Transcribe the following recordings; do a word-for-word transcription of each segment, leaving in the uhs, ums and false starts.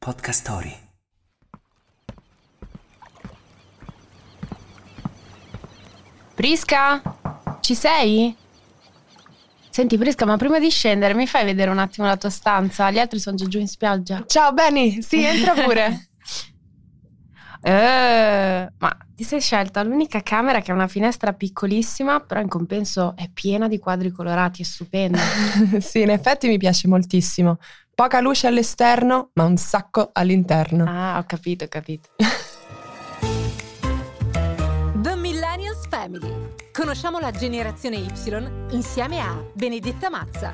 Podcast Story. Prisca, ci sei? Senti Prisca, ma prima di scendere mi fai vedere un attimo la tua stanza? Gli altri sono già giù in spiaggia. Ciao Benny, sì, entra pure. eh, ma ti sei scelta l'unica camera che ha una finestra piccolissima, però in compenso è piena di quadri colorati, è stupenda. Sì, in effetti mi piace moltissimo. Poca luce all'esterno, ma un sacco all'interno. Ah, ho capito, ho capito. The Millennials Family. Conosciamo la generazione Y insieme a Benedetta Mazza.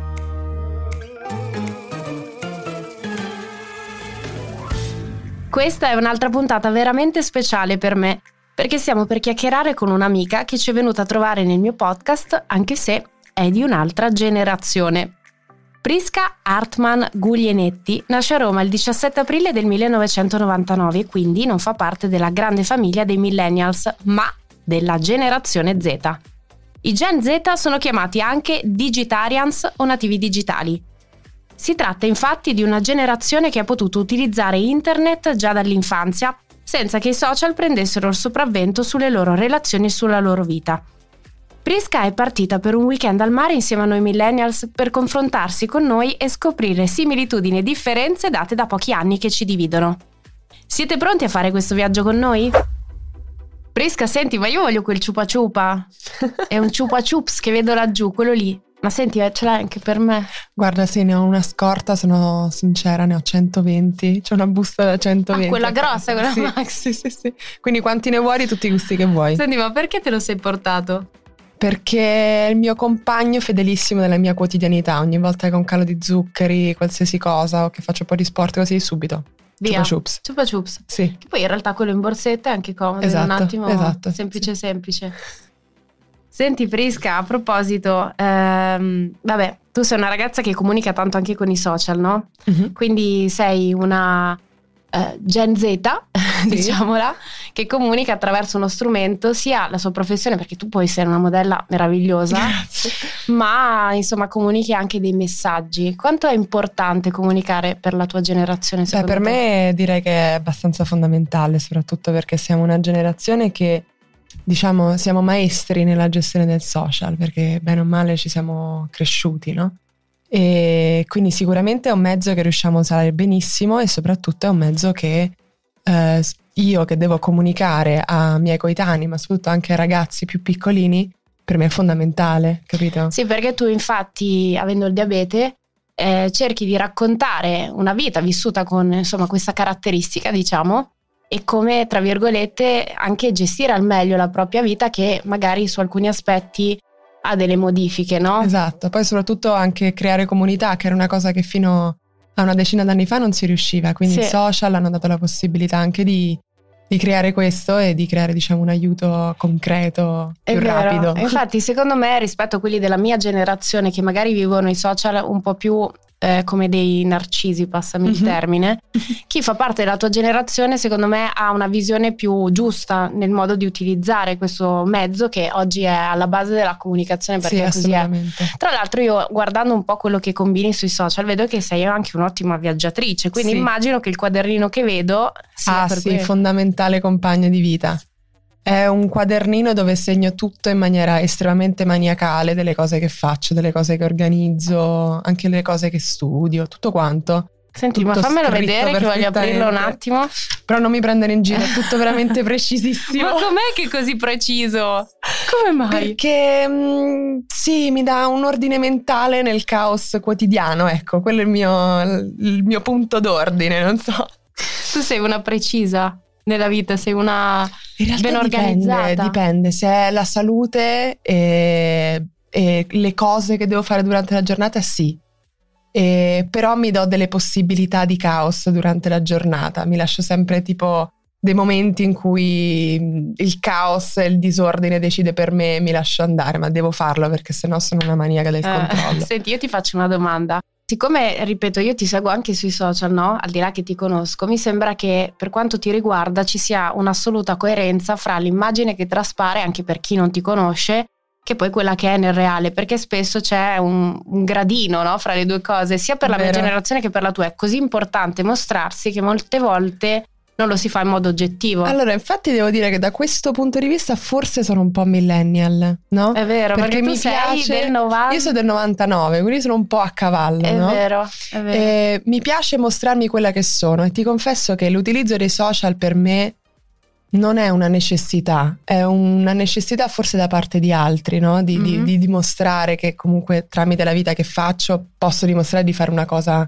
Questa è un'altra puntata veramente speciale per me, perché stiamo per chiacchierare con un'amica che ci è venuta a trovare nel mio podcast, anche se è di un'altra generazione. Prisca Hartmann Guglienetti nasce a Roma il diciassette aprile del millenovecentonovantanove e quindi non fa parte della grande famiglia dei millennials, ma della generazione Z. I Gen Z sono chiamati anche digitarians o nativi digitali. Si tratta infatti di una generazione che ha potuto utilizzare internet già dall'infanzia, senza che i social prendessero il sopravvento sulle loro relazioni e sulla loro vita. Prisca è partita per un weekend al mare insieme a noi millennials per confrontarsi con noi e scoprire similitudini e differenze date da pochi anni che ci dividono. Siete pronti a fare questo viaggio con noi? Prisca, senti, ma io voglio quel ciupa ciupa. È un ciupa chups che vedo laggiù, quello lì. Ma senti, ce l'hai anche per me? Guarda, sì, ne ho una scorta, sono sincera, ne ho centoventi. C'è una busta da centoventi. Ah, quella grossa, quella sì, max. Sì, sì, sì. Quindi quanti ne vuoi, tutti i gusti che vuoi. Senti, ma perché te lo sei portato? Perché è il mio compagno fedelissimo della mia quotidianità. Ogni volta che ho un calo di zuccheri, qualsiasi cosa, o che faccio un po' di sport così, subito. Via. Chupa chups. Chupa chups. Sì. Che poi in realtà quello in borsetta è anche comodo, Esatto, in un attimo esatto, semplice sì. semplice. Senti Prisca, a proposito, ehm, vabbè, tu sei una ragazza che comunica tanto anche con i social, no? Mm-hmm. Quindi sei una eh, Gen Z, Sì. diciamola, che comunica attraverso uno strumento sia la sua professione, perché tu puoi essere una modella meravigliosa, Grazie. ma insomma comunichi anche dei messaggi. Quanto è importante comunicare per la tua generazione, Beh, secondo per te? me direi che è abbastanza fondamentale, soprattutto perché siamo una generazione che, diciamo, siamo maestri nella gestione del social, perché bene o male ci siamo cresciuti, no? E quindi sicuramente è un mezzo che riusciamo a usare benissimo e soprattutto è un mezzo che eh, io che devo comunicare a miei coetanei, ma soprattutto anche ai ragazzi più piccolini, per me è fondamentale, capito? Sì, perché tu infatti, avendo il diabete, eh, cerchi di raccontare una vita vissuta con, insomma, questa caratteristica, diciamo, e come, tra virgolette, anche gestire al meglio la propria vita, che magari su alcuni aspetti ha delle modifiche, no? Esatto, poi soprattutto anche creare comunità, che era una cosa che fino a una decina d'anni fa non si riusciva, quindi Sì. i social hanno dato la possibilità anche di, di creare questo e di creare, diciamo, un aiuto concreto, È più vero. rapido. Infatti, secondo me, rispetto a quelli della mia generazione che magari vivono i social un po' più eh, come dei narcisi, passami il Mhm. termine, chi fa parte della tua generazione, secondo me, ha una visione più giusta nel modo di utilizzare questo mezzo che oggi è alla base della comunicazione, perché Sì, così è. assolutamente. Tra l'altro io, guardando un po' quello che combini sui social, vedo che sei anche un'ottima viaggiatrice, quindi Sì. immagino che il quadernino che vedo sia Ah per sì, quello. fondamentale compagno di vita. È un quadernino dove segno tutto in maniera estremamente maniacale, delle cose che faccio, delle cose che organizzo, anche le cose che studio, tutto quanto. Senti, ma tutto fammelo scritto vedere che voglio aprirlo un perfettamente. attimo. Però non mi prendere in giro, è tutto veramente precisissimo. Ma com'è che è così preciso? Come mai? Perché mh, sì, mi dà un ordine mentale nel caos quotidiano, ecco, quello è il mio, il mio punto d'ordine, non so. Tu sei una precisa nella vita, sei una In realtà ben dipende, organizzata. dipende, se è la salute e, e le cose che devo fare durante la giornata, sì. E, però mi do delle possibilità di caos durante la giornata, mi lascio sempre tipo dei momenti in cui il caos e il disordine decide per me e mi lascio andare, ma devo farlo perché sennò sono una maniaca del Eh, controllo. senti, io ti faccio una domanda. Siccome, ripeto, io ti seguo anche sui social, no? Al di là che ti conosco, mi sembra che per quanto ti riguarda ci sia un'assoluta coerenza fra l'immagine che traspare, anche per chi non ti conosce, che poi quella che è nel reale, perché spesso c'è un, un gradino, no, fra le due cose, sia per la Vero. mia generazione che per la tua. È così importante mostrarsi che molte volte non lo si fa in modo oggettivo. Allora, infatti devo dire che da questo punto di vista forse sono un po' millennial, no? È vero, perché, perché tu mi sei piace, del novanta. Io sono del novantanove, quindi sono un po' a cavallo, è no? Vero, è vero. E mi piace mostrarmi quella che sono e ti confesso che l'utilizzo dei social per me non è una necessità, è una necessità forse da parte di altri, no? Di, mm-hmm. di, di dimostrare che comunque tramite la vita che faccio posso dimostrare di fare una cosa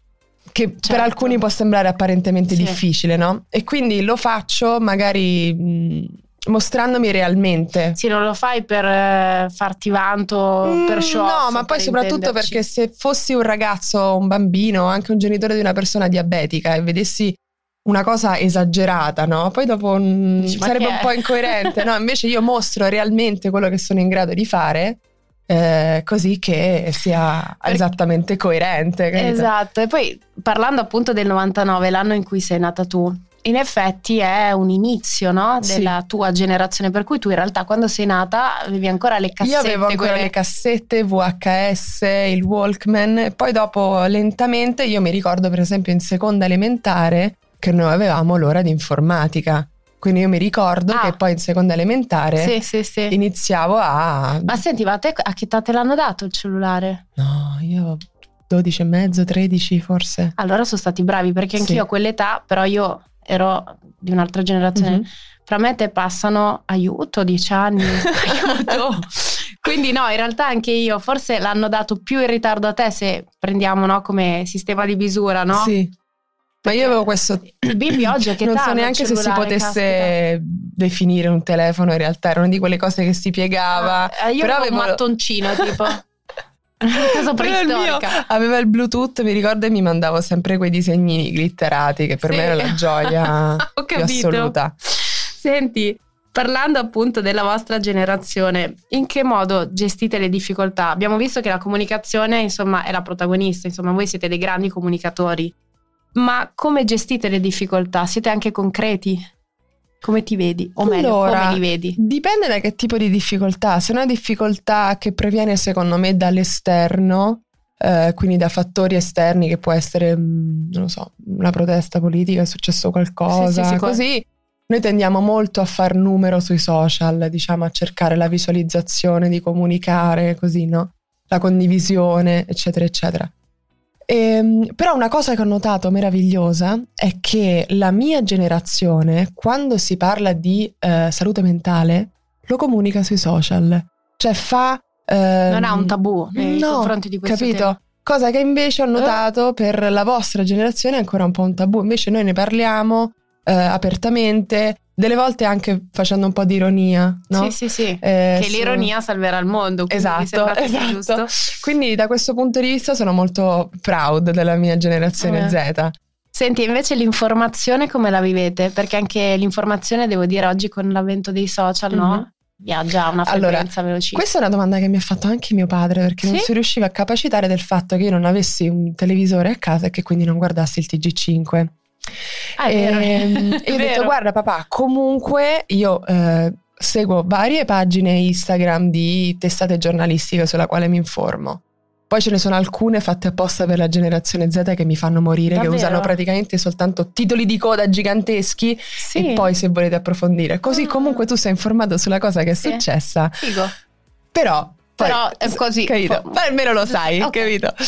che certo. per alcuni può sembrare apparentemente sì. difficile, no? E quindi lo faccio magari mh, mostrandomi realmente. Sì, non lo fai per eh, farti vanto, mm, per show off. No, ma poi soprattutto perché se fossi un ragazzo, un bambino, anche un genitore di una persona diabetica e vedessi una cosa esagerata, no? Poi dopo mh, sarebbe un po' incoerente, no? Invece io mostro realmente quello che sono in grado di fare, eh, così che sia perché... esattamente coerente. Capito? Esatto, e poi parlando appunto del novantanove, l'anno in cui sei nata tu, in effetti è un inizio, no? Della sì. tua generazione, per cui tu in realtà quando sei nata avevi ancora le cassette. Io avevo ancora quelle... le cassette, V H S, il Walkman, e poi dopo lentamente io mi ricordo per esempio in seconda elementare che noi avevamo l'ora di informatica, quindi io mi ricordo ah. che poi in seconda elementare sì, sì, sì. iniziavo a... Ma senti, ma a te a che età te l'hanno dato il cellulare? No, io dodici e mezzo, tredici forse. Allora sono stati bravi, perché anch'io sì. a quell'età, però io ero di un'altra generazione, mm-hmm. fra me e te passano aiuto dieci anni, aiuto. Quindi no, in realtà anche io, forse l'hanno dato più in ritardo a te, se prendiamo, no, come sistema di misura, no? Sì. Ma io avevo questo. Il bimbi oggi che non so neanche se si potesse caspita. definire un telefono, in realtà era una di quelle cose che si piegava. Ah, io però avevo avevo un mattoncino tipo. Una cosa preistorica. Aveva il Bluetooth, mi ricordo, e mi mandavo sempre quei disegnini glitterati che per sì. me era la gioia Ho più assoluta. Senti, parlando appunto della vostra generazione, in che modo gestite le difficoltà? Abbiamo visto che la comunicazione, insomma, è la protagonista, insomma, voi siete dei grandi comunicatori. Ma come gestite le difficoltà? Siete anche concreti? Come ti vedi? O meglio, allora, come li vedi? Dipende da che tipo di difficoltà. Se è una difficoltà che proviene secondo me dall'esterno, eh, quindi da fattori esterni, che può essere, non lo so, una protesta politica, è successo qualcosa, sì, sì, sì, così, noi tendiamo molto a far numero sui social, diciamo, a cercare la visualizzazione, di comunicare, così, no? La condivisione, eccetera, eccetera. E, però una cosa che ho notato meravigliosa è che la mia generazione, quando si parla di eh, salute mentale, lo comunica sui social, cioè fa ehm, non ha un tabù nei no, confronti di questo capito? tema. Cosa che invece ho notato eh. per la vostra generazione è ancora un po' un tabù. Invece noi ne parliamo eh, apertamente, delle volte anche facendo un po' di ironia, no? Sì, sì, sì. Eh, che su... l'ironia salverà il mondo. Esatto, esatto. Giusto. Quindi da questo punto di vista sono molto proud della mia generazione eh. Z. Senti, invece l'informazione come la vivete? Perché anche l'informazione, devo dire, oggi con l'avvento dei social, mm-hmm. no? Viaggia a una frequenza allora, velocissima. Questa è una domanda che mi ha fatto anche mio padre, perché sì? non si riusciva a capacitare del fatto che io non avessi un televisore a casa e che quindi non guardassi il T G cinque. Ah, è e, vero. E io ho detto, guarda papà, comunque io eh, seguo varie pagine Instagram di testate giornalistiche sulla quale mi informo. Poi ce ne sono alcune fatte apposta per la generazione Z che mi fanno morire, davvero? Che usano praticamente soltanto titoli di coda giganteschi, sì. E poi se volete approfondire. Così mm. comunque tu sei informato sulla cosa che è sì. successa. Figo. Però... Poi, però è così, capito? Ma almeno lo sai, okay. Capito?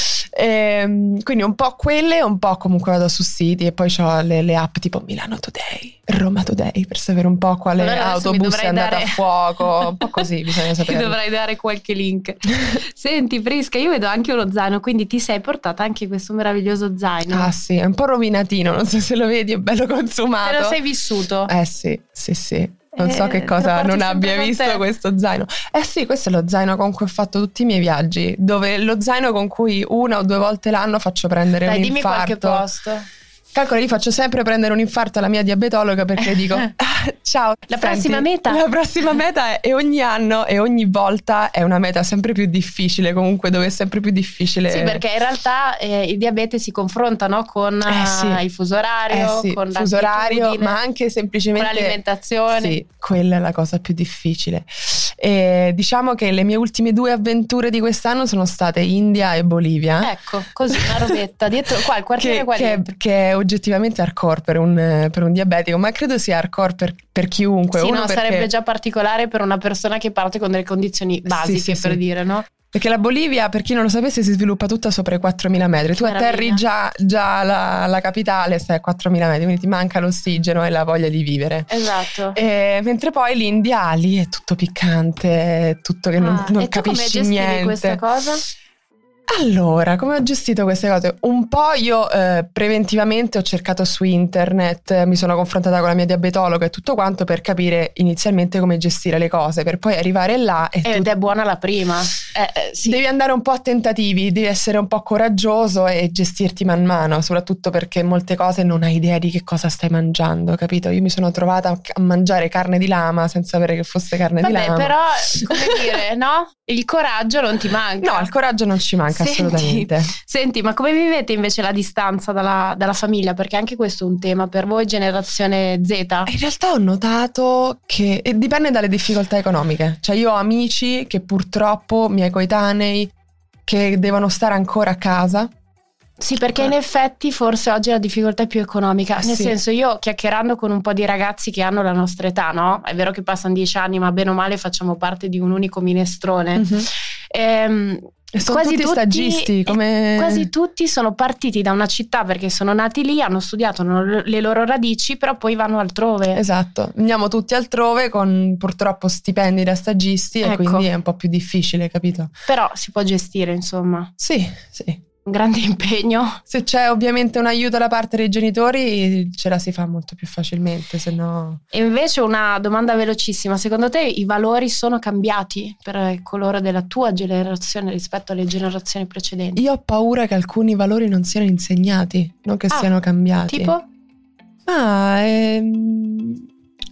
Ehm, quindi un po' quelle, un po' comunque vado su siti e poi ho le, le app tipo Milano Today, Roma Today, per sapere un po' quale allora autobus è andato dare... a fuoco, un po' così bisogna sapere. Ti dovrai dare qualche link. Senti Prisca, io vedo anche uno zaino, quindi ti sei portata anche questo meraviglioso zaino. Ah sì, è un po' rovinatino, non so se lo vedi, è bello consumato. Te lo sei vissuto? Eh sì, sì sì. Non so che cosa non abbia visto questo zaino. Eh sì, questo è lo zaino con cui ho fatto tutti i miei viaggi, dove lo zaino con cui una o due volte l'anno faccio prendere Dai, un dimmi infarto. Dimmi qualche posto. Calcola, io faccio sempre prendere un infarto alla mia diabetologa perché dico ah, ciao, la senti, prossima meta la prossima meta è, e ogni anno e ogni volta è una meta sempre più difficile, comunque dove è sempre più difficile. Sì, perché in realtà eh, il diabete si confronta, no, con eh sì. uh, il fuso orario, eh sì, con fuso orario, ma anche semplicemente con l'alimentazione. Sì, quella è la cosa più difficile. E diciamo che le mie ultime due avventure di quest'anno sono state India e Bolivia. Ecco, così una robetta dietro qua, il quartiere che, qua che, dietro. che è oggettivamente hardcore per un, per un diabetico, ma credo sia hardcore per, per chiunque. Sì, Uno no, perché, sarebbe già particolare per una persona che parte con delle condizioni basiche, sì, sì, per sì. dire, no? Perché la Bolivia, per chi non lo sapesse, si sviluppa tutta sopra i quattromila metri. Tu Meraviglia. atterri già, già la, la capitale, stai a quattromila metri, quindi ti manca l'ossigeno e la voglia di vivere. Esatto. E, mentre poi l'India lì è tutto piccante, è tutto che Ah, non, non e tu come capisci gestivi niente. questa cosa? Allora, come ho gestito queste cose? Un po' io eh, preventivamente ho cercato su internet, mi sono confrontata con la mia diabetologa e tutto quanto per capire inizialmente come gestire le cose, per poi arrivare là e Ed tu è buona la prima. Eh, eh, sì. devi andare un po' a tentativi, devi essere un po' coraggioso e gestirti man mano, soprattutto perché molte cose non hai idea di che cosa stai mangiando, capito? Io mi sono trovata a mangiare carne di lama senza sapere che fosse carne Vabbè, di lama. però, come dire, no? Il coraggio non ti manca. No, il coraggio non ci manca. Senti, assolutamente. Senti, ma come vivete invece la distanza dalla, dalla famiglia? Perché anche questo è un tema per voi, generazione Z. In realtà ho notato che e dipende dalle difficoltà economiche. Cioè io ho amici che purtroppo, miei coetanei, che devono stare ancora a casa. Sì, perché in effetti forse oggi la difficoltà è più economica. Nel Sì. senso, io chiacchierando con un po' di ragazzi che hanno la nostra età, no? È vero che passano dieci anni, ma bene o male facciamo parte di un unico minestrone. Mm-hmm. Ehm, E sono quasi tutti stagisti, come... quasi tutti sono partiti da una città perché sono nati lì, hanno studiato le loro radici, però poi vanno altrove. Esatto, andiamo tutti altrove con purtroppo stipendi da stagisti, Ecco. e quindi è un po' più difficile, capito? Però si può gestire, insomma. Sì, sì. Un grande impegno. Se c'è ovviamente un aiuto da parte dei genitori ce la si fa molto più facilmente, se no... E invece una domanda velocissima, secondo te i valori sono cambiati per coloro della tua generazione rispetto alle generazioni precedenti? Io ho paura che alcuni valori non siano insegnati, non che Ah, siano cambiati. Tipo? Ah, ehm...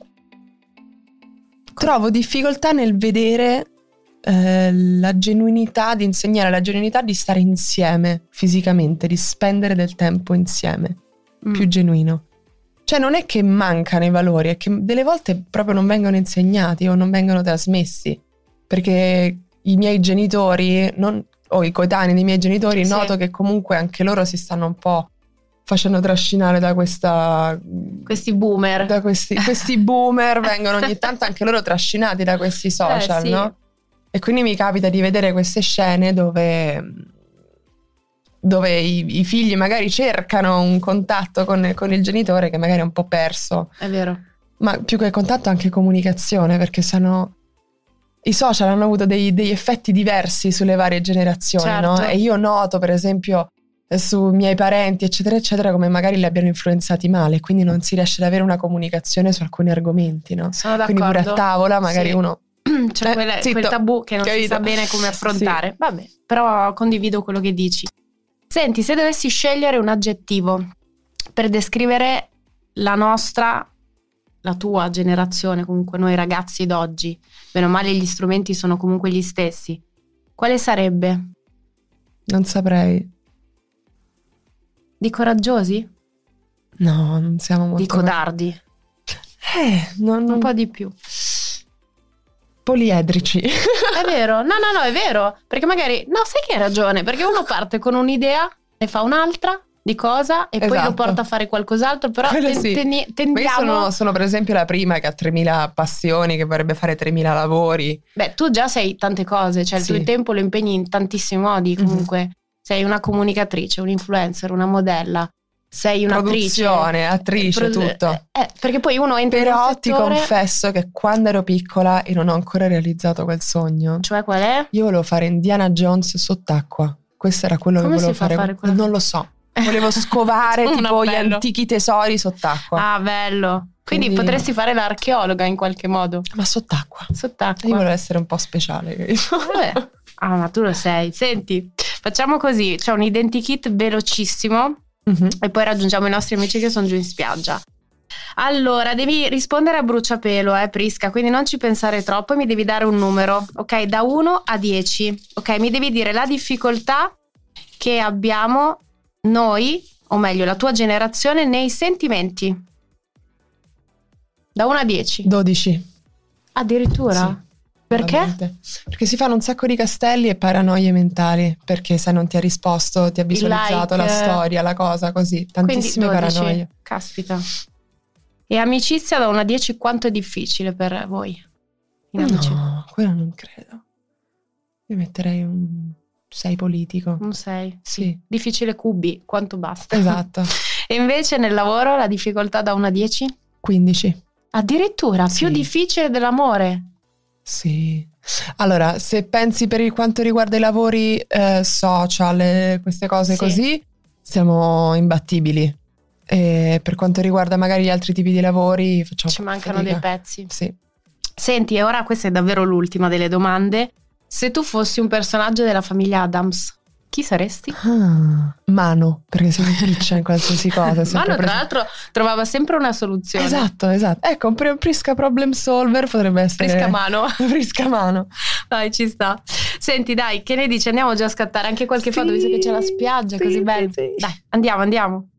trovo difficoltà nel vedere eh, la genuinità, di insegnare la genuinità di stare insieme fisicamente, di spendere del tempo insieme, Mm. più genuino. Cioè non è che mancano i valori, è che delle volte proprio non vengono insegnati o non vengono trasmessi, perché i miei genitori, non, o i coetanei dei miei genitori, Sì. noto che comunque anche loro si stanno un po' facendo trascinare da questa... Questi boomer. Da questi, questi boomer vengono ogni tanto anche loro trascinati da questi social, Eh, sì. no? E quindi mi capita di vedere queste scene dove, dove i, i figli magari cercano un contatto con, con il genitore che magari è un po' perso, È vero. ma più che contatto anche comunicazione, perché sono... I social hanno avuto dei, degli effetti diversi sulle varie generazioni, Certo. no? E io noto, per esempio, su miei parenti, eccetera, eccetera, come magari li abbiano influenzati male, quindi non si riesce ad avere una comunicazione su alcuni argomenti, no? Sono Quindi pure d'accordo. a tavola magari Sì. uno... C'è Eh, quel, zitto. quel tabù che non si Capito? sa bene come affrontare. Vabbè, però condivido quello che dici. Senti, se dovessi scegliere un aggettivo per descrivere la nostra, la tua generazione, comunque noi ragazzi d'oggi, meno male gli strumenti sono comunque gli stessi, quale sarebbe? Non saprei. Di coraggiosi? No, non siamo molto... Di codardi? Eh, non, Un non... po' di più. poliedrici. È vero, no, no, no, è vero. Perché magari, no, sai che hai ragione, perché uno parte con un'idea, ne fa un'altra di cosa e poi Esatto. lo porta a fare qualcos'altro, però Quello ten- sì. ten- Ma io tendiamo... sono, sono per esempio la prima che ha tremila passioni, che vorrebbe fare tremila lavori. Beh, tu già sei tante cose, cioè il Sì. tuo tempo lo impegni in tantissimi modi, comunque. Sei una comunicatrice, un influencer, una modella, sei un'attrice. Produzione, attrice, produ- tutto. Eh, perché poi uno entra in Però un ti settore... confesso che quando ero piccola e non ho ancora realizzato quel sogno, Cioè qual è? io volevo fare Indiana Jones sott'acqua. Questo era quello Come che volevo si fa a fare. fare quello? Non lo so. Volevo scovare Un tipo gli appello. antichi tesori sott'acqua. Ah, bello. Quindi, Quindi- potresti fare l'archeologa in qualche modo. Ma sott'acqua. Sott'acqua. Io volevo essere un po' speciale. Vabbè. Ah, ma tu lo sei. Senti, facciamo così. C'è un identikit velocissimo Mhm. e poi raggiungiamo i nostri amici che sono giù in spiaggia. Allora, devi rispondere a bruciapelo, eh, Prisca, quindi non ci pensare troppo e mi devi dare un numero, ok? Da uno a dieci, ok? Mi devi dire la difficoltà che abbiamo noi, o meglio la tua generazione, nei sentimenti. Da uno a dieci. dodici. Addirittura? Perché? Veramente. Perché si fanno un sacco di castelli e paranoie mentali, perché se non ti ha risposto, ti ha visualizzato like, la storia, la cosa, così, tantissime quindi dodici. paranoie. Caspita. E amicizia da una a dieci quanto è difficile per voi? In amicizia? No, quello non credo. Io metterei un sei politico. Un sei? Sì. Difficile Q B, quanto basta. Esatto. E invece nel lavoro la difficoltà da una a dieci? quindici. Addirittura, Sì. più difficile dell'amore? Sì. Allora, se pensi per il quanto riguarda i lavori eh, social, eh, queste cose Sì. così, siamo imbattibili. E per quanto riguarda magari gli altri tipi di lavori, facciamo Ci un po' mancano fatica. dei pezzi. Sì. Senti, e ora questa è davvero l'ultima delle domande. Se tu fossi un personaggio della famiglia Addams, chi saresti? Ah, Mano, perché si impiccia in qualsiasi cosa. è sempre Mano, tra presa- l'altro, trovava sempre una soluzione. Esatto, esatto. Ecco, un pre- Prisca problem solver potrebbe essere. Fresca mano. Prisca Mano. Dai, ci sta. Senti, dai, che ne dici? Andiamo già a scattare anche qualche Sì, foto, visto che c'è la spiaggia, sì, così sì, bello. sì. Dai, andiamo, andiamo.